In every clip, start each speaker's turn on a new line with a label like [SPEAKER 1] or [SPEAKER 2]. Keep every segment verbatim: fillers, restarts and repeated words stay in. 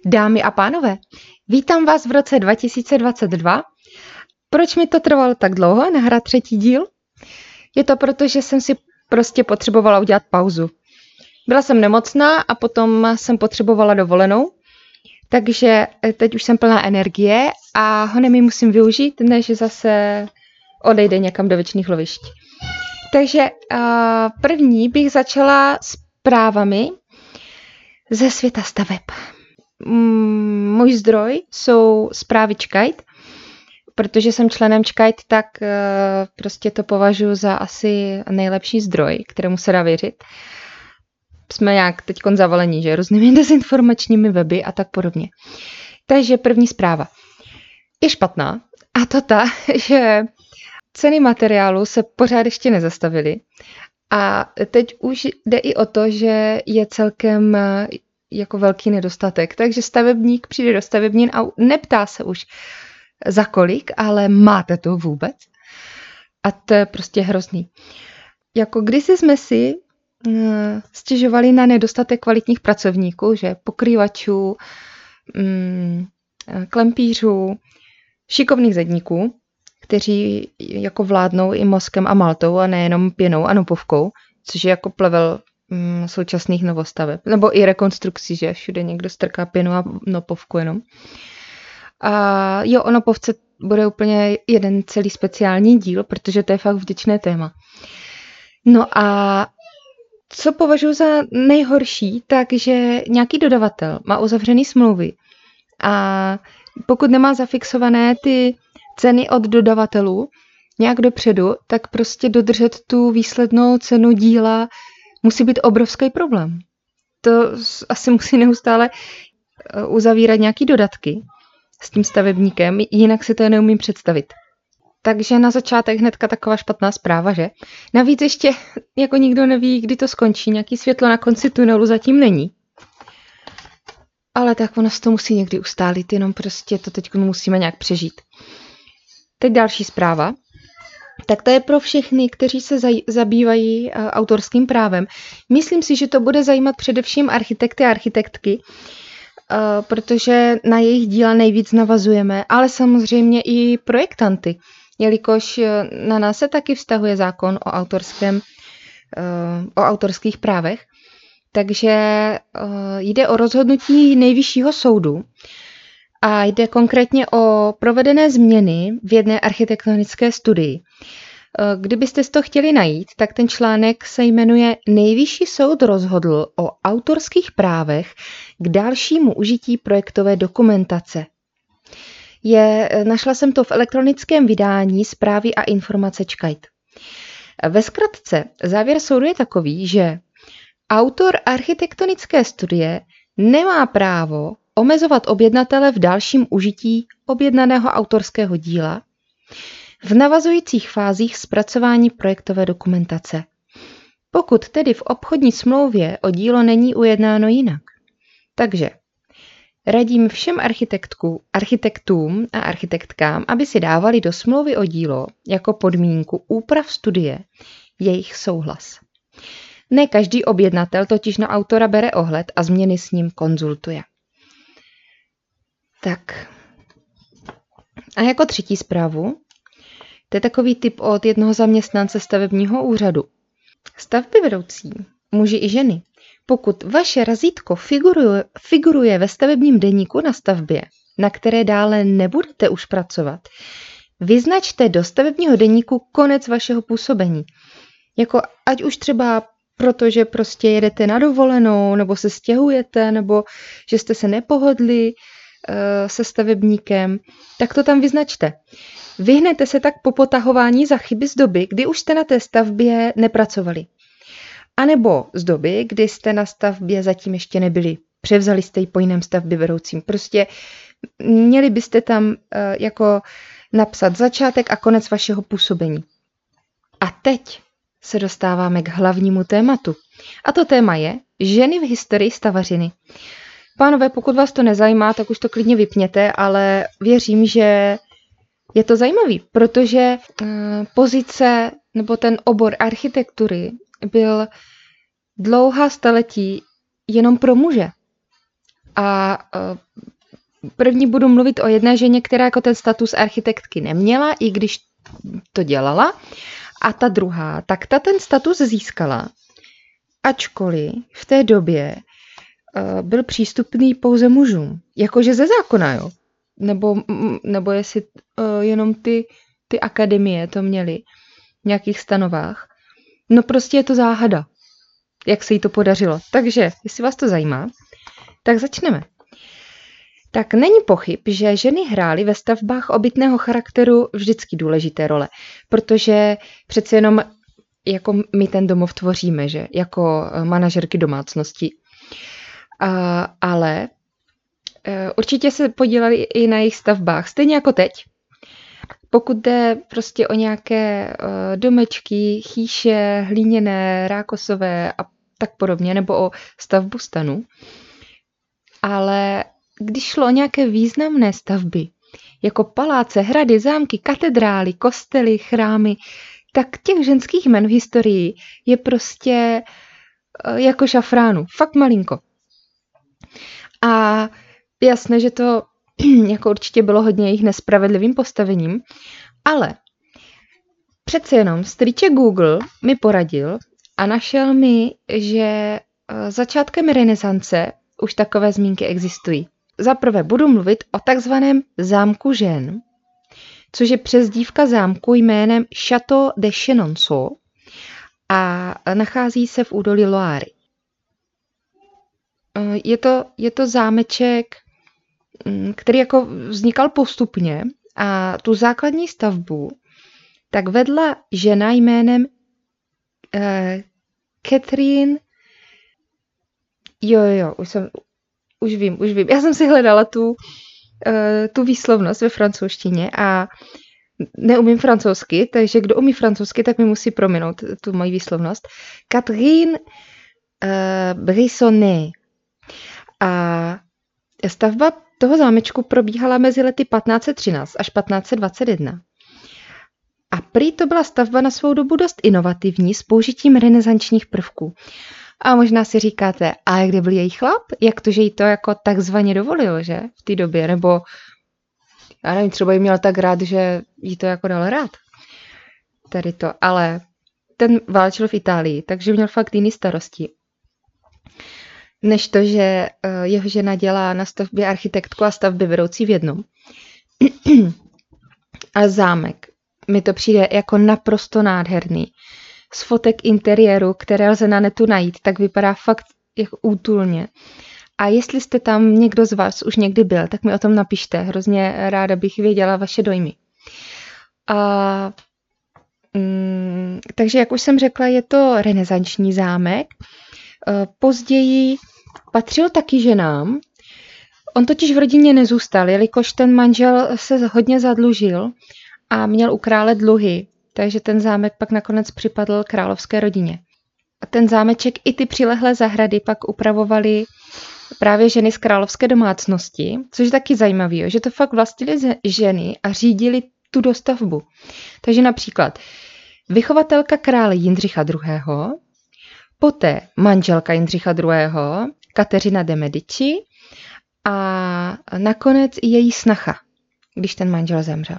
[SPEAKER 1] Dámy a pánové, vítám vás v roce dva tisíce dvacet dva. Proč mi to trvalo tak dlouho nahrát třetí díl? Je to proto, že jsem si prostě potřebovala udělat pauzu. Byla jsem nemocná a potom jsem potřebovala dovolenou, takže teď už jsem plná energie a honem ji musím využít, než zase odejde někam do věčných lovišť. Takže uh, první bych začala s zprávami ze světa staveb. Mm, můj zdroj jsou zprávy Čkajt, protože jsem členem Čkajt, tak uh, prostě to považuji za asi nejlepší zdroj, kterému se dá věřit. Jsme nějak teď zavalení, že různými dezinformačními weby a tak podobně. Takže první zpráva je špatná a to ta, že ceny materiálu se pořád ještě nezastavily a teď už jde i o to, že je celkem jako velký nedostatek, takže stavebník přijde do stavebnin a neptá se už za kolik, ale máte to vůbec? A to je prostě hrozný. Jako kdysi jsme si uh, stěžovali na nedostatek kvalitních pracovníků, že pokrývačů, um, klempířů, šikovných zedníků, kteří jako vládnou i mozkem a maltou a nejenom pěnou a nopovkou, což je jako plevel um, současných novostaveb. Nebo i rekonstrukcí, že všude někdo strká pěnu a nopovku jenom. A jo, o nopovce bude úplně jeden celý speciální díl, protože to je fakt vděčné téma. No a co považuji za nejhorší, takže nějaký dodavatel má uzavřený smlouvy a pokud nemá zafixované ty ceny od dodavatelů nějak dopředu, tak prostě dodržet tu výslednou cenu díla musí být obrovský problém. To asi musí neustále uzavírat nějaký dodatky s tím stavebníkem, jinak si to neumím představit. Takže na začátek hnedka taková špatná zpráva, že? Navíc ještě jako nikdo neví, kdy to skončí, nějaký světlo na konci tunelu zatím není. Ale tak ono se to musí někdy ustálit, jenom prostě to teď musíme nějak přežít. Teď další zpráva. Tak to je pro všechny, kteří se zaj- zabývají uh, autorským právem. Myslím si, že to bude zajímat především architekty a architektky, uh, protože na jejich díla nejvíc navazujeme, ale samozřejmě i projektanty, jelikož na nás se taky vztahuje zákon o autorském, uh, o autorských právech. Takže uh, jde o rozhodnutí Nejvyššího soudu a jde konkrétně o provedené změny v jedné architektonické studii. Uh, kdybyste to chtěli najít, tak ten článek se jmenuje Nejvyšší soud rozhodl o autorských právech k dalšímu užití projektové dokumentace. Je, našla jsem to v elektronickém vydání Zprávy a informace Čkajt. Ve zkratce závěr soudu je takový, že autor architektonické studie nemá právo omezovat objednatele v dalším užití objednaného autorského díla v navazujících fázích zpracování projektové dokumentace, pokud tedy v obchodní smlouvě o dílo není ujednáno jinak. Takže radím všem architektům a architektkám, aby si dávali do smlouvy o dílo jako podmínku úprav studie jejich souhlas. Ne každý objednatel totiž na autora bere ohled a změny s ním konzultuje. Tak. A jako třetí zprávu, to je takový tip od jednoho zaměstnance stavebního úřadu. Stavby vedoucí, muži i ženy, pokud vaše razítko figuruje, figuruje ve stavebním deníku na stavbě, na které dále nebudete už pracovat, vyznačte do stavebního deníku konec vašeho působení. Jako ať už třeba protože prostě jedete na dovolenou, nebo se stěhujete, nebo že jste se nepohodli uh, se stavebníkem, tak to tam vyznačte. Vyhnete se tak po potahování za chyby z doby, kdy už jste na té stavbě nepracovali. A nebo z doby, kdy jste na stavbě zatím ještě nebyli. Převzali jste ji po jiném stavbě vedoucím. Prostě měli byste tam uh, jako napsat začátek a konec vašeho působení. A teď se dostáváme k hlavnímu tématu. A to téma je ženy v historii stavařiny. Pánové, pokud vás to nezajímá, tak už to klidně vypněte, ale věřím, že je to zajímavý, protože uh, pozice nebo ten obor architektury byl dlouhá staletí jenom pro muže. A uh, První budu mluvit o jedné ženě, která jako ten status architektky neměla, i když to dělala. A ta druhá, tak ta ten status získala, ačkoliv v té době uh, byl přístupný pouze mužům. Jakože ze zákona, jo. Nebo, nebo jestli uh, jenom ty, ty akademie to měly v nějakých stanovách. No prostě je to záhada, jak se jí to podařilo. Takže, jestli vás to zajímá, tak začneme. Tak není pochyb, že ženy hrály ve stavbách obytného charakteru vždycky důležité role, protože přece jenom jako my ten domov tvoříme, že? Jako manažerky domácnosti. A, ale e, určitě se podílely i na jejich stavbách, stejně jako teď. Pokud jde prostě o nějaké e, domečky, chýše, hlíněné, rákosové a tak podobně, nebo o stavbu stanu. Ale když šlo o nějaké významné stavby, jako paláce, hrady, zámky, katedrály, kostely, chrámy, tak těch ženských jmen v historii je prostě jako šafránu, fakt malinko. A jasné, že to jako určitě bylo hodně jejich nespravedlivým postavením, ale přece jenom strýček Google mi poradil a našel mi, že začátkem renesance už takové zmínky existují. Zaprvé budu mluvit o takzvaném zámku žen, což je přezdívka zámku jménem Château de Chenonceau a nachází se v údolí Loáry. Je to, je to zámeček, který jako vznikal postupně a tu základní stavbu tak vedla žena jménem uh, Catherine. Jo, jo, už jsem, už vím, už vím. Já jsem si hledala tu, uh, tu výslovnost ve francouzštině a neumím francouzsky, takže kdo umí francouzsky, tak mi musí prominout tu moji výslovnost. Catherine uh, Brissonnet. A stavba toho zámečku probíhala mezi lety patnáct set třináct až patnáct set dvacet jedna. A prý to byla stavba na svou dobu dost inovativní s použitím renesančních prvků. A možná si říkáte, a kde byl její chlap? Jak to, že jí to jako takzvaně dovolil, že? V té době, nebo já nevím, třeba jí měl tak rád, že jí to jako dal rád. Tady to, ale ten válčil v Itálii, takže měl fakt jiný starosti. Než to, že jeho žena dělá na stavbě architektku a stavby vedoucí v jednom. A zámek, mi to přijde jako naprosto nádherný. Z fotek interiéru, které lze na netu najít, tak vypadá fakt jako útulně. A jestli jste tam někdo z vás už někdy byl, tak mi o tom napište. Hrozně ráda bych věděla vaše dojmy. A, mm, takže, jak už jsem řekla, je to renesanční zámek. Později patřil taky ženám. On totiž v rodině nezůstal, jelikož ten manžel se hodně zadlužil a měl u krále dluhy, takže ten zámek pak nakonec připadl královské rodině. A ten zámeček i ty přilehlé zahrady pak upravovaly právě ženy z královské domácnosti, což je taky zajímavé, že to fakt vlastnily ženy a řídili tu dostavbu. Takže například vychovatelka krále Jindřicha druhého., poté manželka Jindřicha druhého., Kateřina de Medici a nakonec i její snacha, když ten manžel zemřel.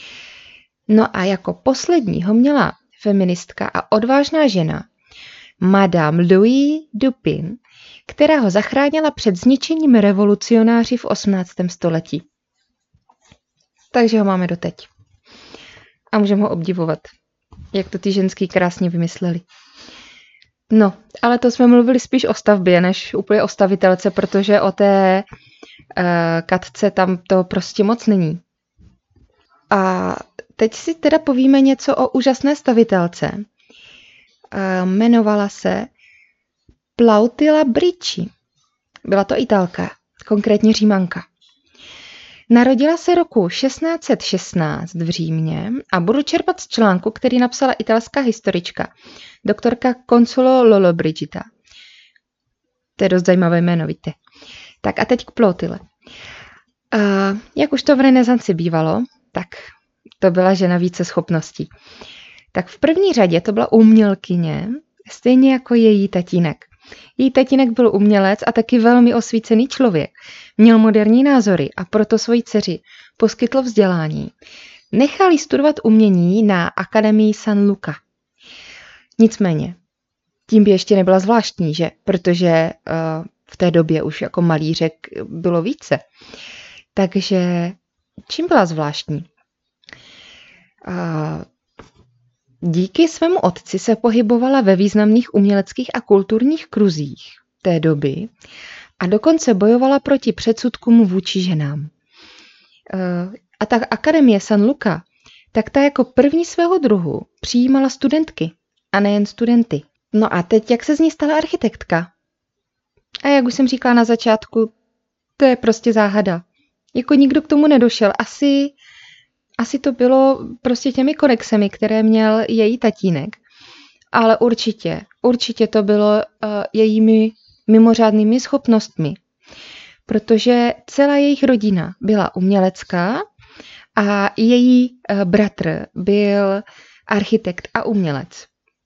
[SPEAKER 1] No a jako posledního měla feministka a odvážná žena Madame Louise Dupin, která ho zachránila před zničením revolucionáři v osmnáctém století. Takže ho máme doteď. A můžeme ho obdivovat, jak to ty ženský krásně vymysleli. No, ale to jsme mluvili spíš o stavbě, než úplně o stavitelce, protože o té uh, Katce tam to prostě moc není. A teď si teda povíme něco o úžasné stavitelce. Uh, jmenovala se Plautilla Bricci. Byla to Italka, konkrétně Římanka. Narodila se roku šestnáct set šestnáct v Římě a budu čerpat z článku, který napsala italská historička, doktorka Consuelo Lollobrigida. To je dost zajímavé jméno, víte. Tak a teď k Plautille. Uh, jak už to v renesanci bývalo, tak to byla žena více schopností. Tak v první řadě to byla umělkyně, stejně jako její tatínek. Její tatínek byl umělec a taky velmi osvícený člověk. Měl moderní názory a proto svojí dceři poskytl vzdělání. Nechal jí studovat umění na Akademii San Luca. Nicméně, tím by ještě nebyla zvláštní, že? Protože uh, v té době už jako malířek bylo více. Takže čím byla zvláštní? Uh, díky svému otci se pohybovala ve významných uměleckých a kulturních kruzích té doby a dokonce bojovala proti předsudkům vůči ženám. Uh, a tak Akademie San Luca, tak ta jako první svého druhu přijímala studentky a nejen studenty. No a teď, jak se z ní stala architektka? A jak už jsem říkala na začátku, to je prostě záhada. Jako nikdo k tomu nedošel. Asi, asi to bylo prostě těmi konexemi, které měl její tatínek. Ale určitě, určitě to bylo uh, jejími mimořádnými schopnostmi. Protože celá jejich rodina byla umělecká a její uh, bratr byl architekt a umělec.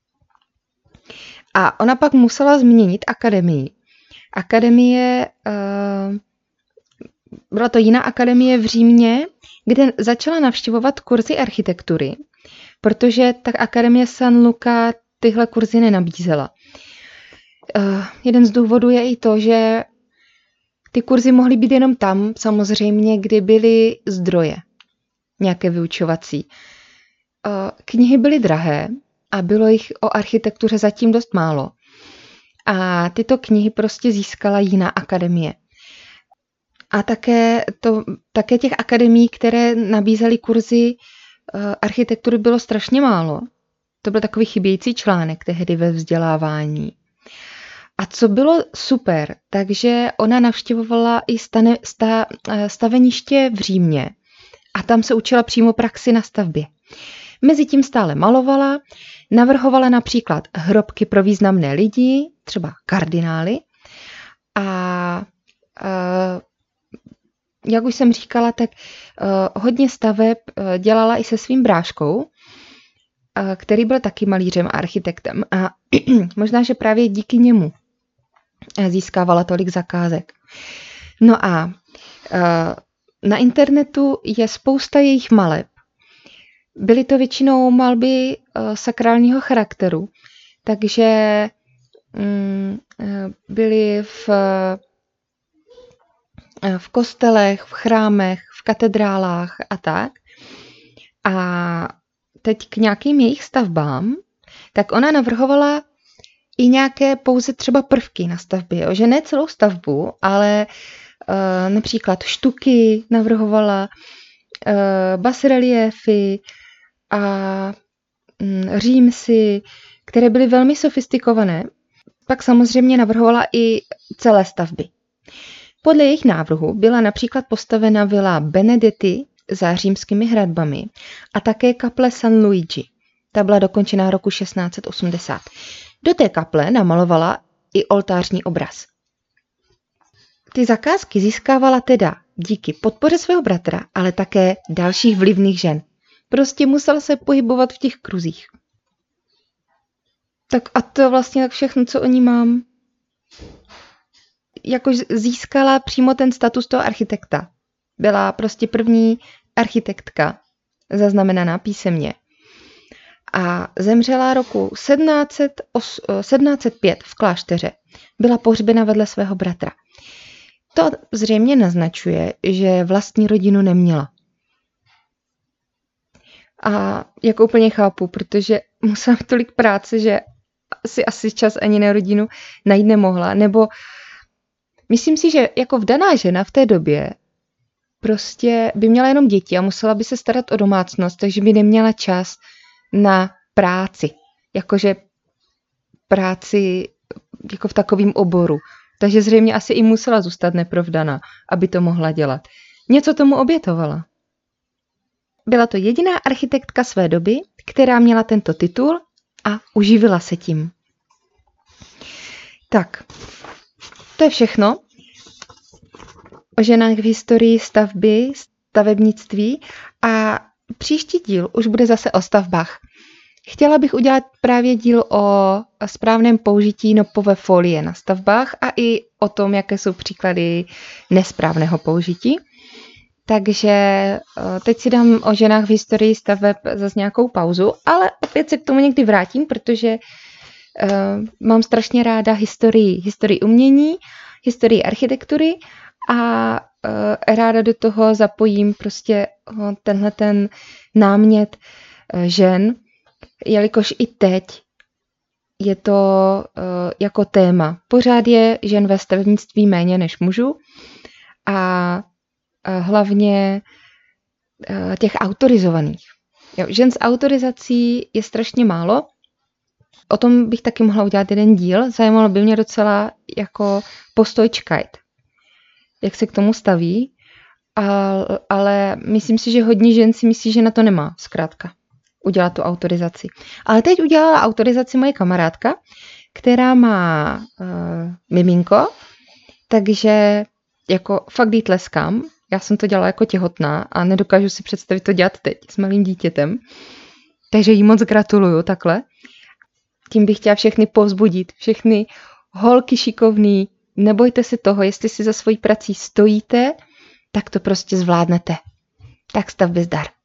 [SPEAKER 1] A ona pak musela změnit akademii. Akademie, uh, byla to jiná akademie v Římě, kde začala navštěvovat kurzy architektury, protože tak Akademie San Luca tyhle kurzy nenabízela. Uh, jeden z důvodů je i to, že ty kurzy mohly být jenom tam, samozřejmě, kdy byly zdroje, nějaké vyučovací. Uh, knihy byly drahé a bylo jich o architektuře zatím dost málo. A tyto knihy prostě získala jiná akademie. A také, to, také těch akademií, které nabízely kurzy uh, architektury, bylo strašně málo. To byl takový chybějící článek tehdy ve vzdělávání. A co bylo super, takže ona navštěvovala i stane, sta, staveniště v Římě a tam se učila přímo praxi na stavbě. Mezitím stále malovala, navrhovala například hrobky pro významné lidi, třeba kardinály. A, a jak už jsem říkala, tak uh, hodně staveb uh, dělala i se svým bráškou, uh, který byl taky malířem a architektem. A možná, že právě díky němu získávala tolik zakázek. No a uh, na internetu je spousta jejich maleb. Byly to většinou malby uh, sakrálního charakteru, takže um, byly v, uh, v kostelech, v chrámech, v katedrálách a tak. A teď k nějakým jejich stavbám, tak ona navrhovala i nějaké pouze třeba prvky na stavbě, jo? Že ne celou stavbu, ale uh, například štuky navrhovala, uh, basreliéfy a um, římsy, které byly velmi sofistikované. Pak samozřejmě navrhovala i celé stavby. Podle jejich návrhu byla například postavena vila Benedetti za římskými hradbami a také kaple San Luigi. Ta byla dokončena roku šestnáct set osmdesát. Do té kaple namalovala i oltářní obraz. Ty zakázky získávala teda díky podpoře svého bratra, ale také dalších vlivných žen. Prostě musela se pohybovat v těch kruzích. Tak a to je vlastně tak všechno, co o ní mám. Jakož získala přímo ten status toho architekta. Byla prostě první architektka, zaznamenaná písemně. A zemřela roku sedmnáct set pět v klášteře. Byla pohřbena vedle svého bratra. To zřejmě naznačuje, že vlastní rodinu neměla. A jako úplně chápu, protože musela mít tolik práce, že si asi čas ani na rodinu najít nemohla. Nebo myslím si, že jako vdaná žena v té době prostě by měla jenom děti a musela by se starat o domácnost, takže by neměla čas na práci, jakože práci jako v takovém oboru. Takže zřejmě asi i musela zůstat neprovdaná, aby to mohla dělat. Něco tomu obětovala. Byla to jediná architektka své doby, která měla tento titul a uživila se tím. Tak, to je všechno o ženách v historii stavby, stavebnictví a příští díl už bude zase o stavbách. Chtěla bych udělat právě díl o správném použití nopové folie na stavbách a i o tom, jaké jsou příklady nesprávného použití. Takže teď si dám o ženách v historii staveb zase nějakou pauzu, ale opět se k tomu někdy vrátím, protože uh, mám strašně ráda historii, historii umění, historii architektury a uh, ráda do toho zapojím prostě uh, tenhle ten námět uh, žen, jelikož i teď je to uh, jako téma. Pořád je žen ve stavebnictví méně než mužů a hlavně těch autorizovaných. Jo, žen s autorizací je strašně málo. O tom bych taky mohla udělat jeden díl. Zajímalo by mě docela jako postoj Čkajt. Jak se k tomu staví. Ale, ale myslím si, že hodně žen si myslí, že na to nemá zkrátka udělat tu autorizaci. Ale teď udělala autorizaci moje kamarádka, která má uh, miminko, takže jako fakt jí tleskám. Já jsem to dělala jako těhotná a nedokážu si představit to dělat teď s malým dítětem. Takže jí moc gratuluju takhle. Tím bych chtěla všechny povzbudit, všechny holky šikovný, nebojte se toho, jestli si za svojí prací stojíte, tak to prostě zvládnete. Tak stavbě zdar.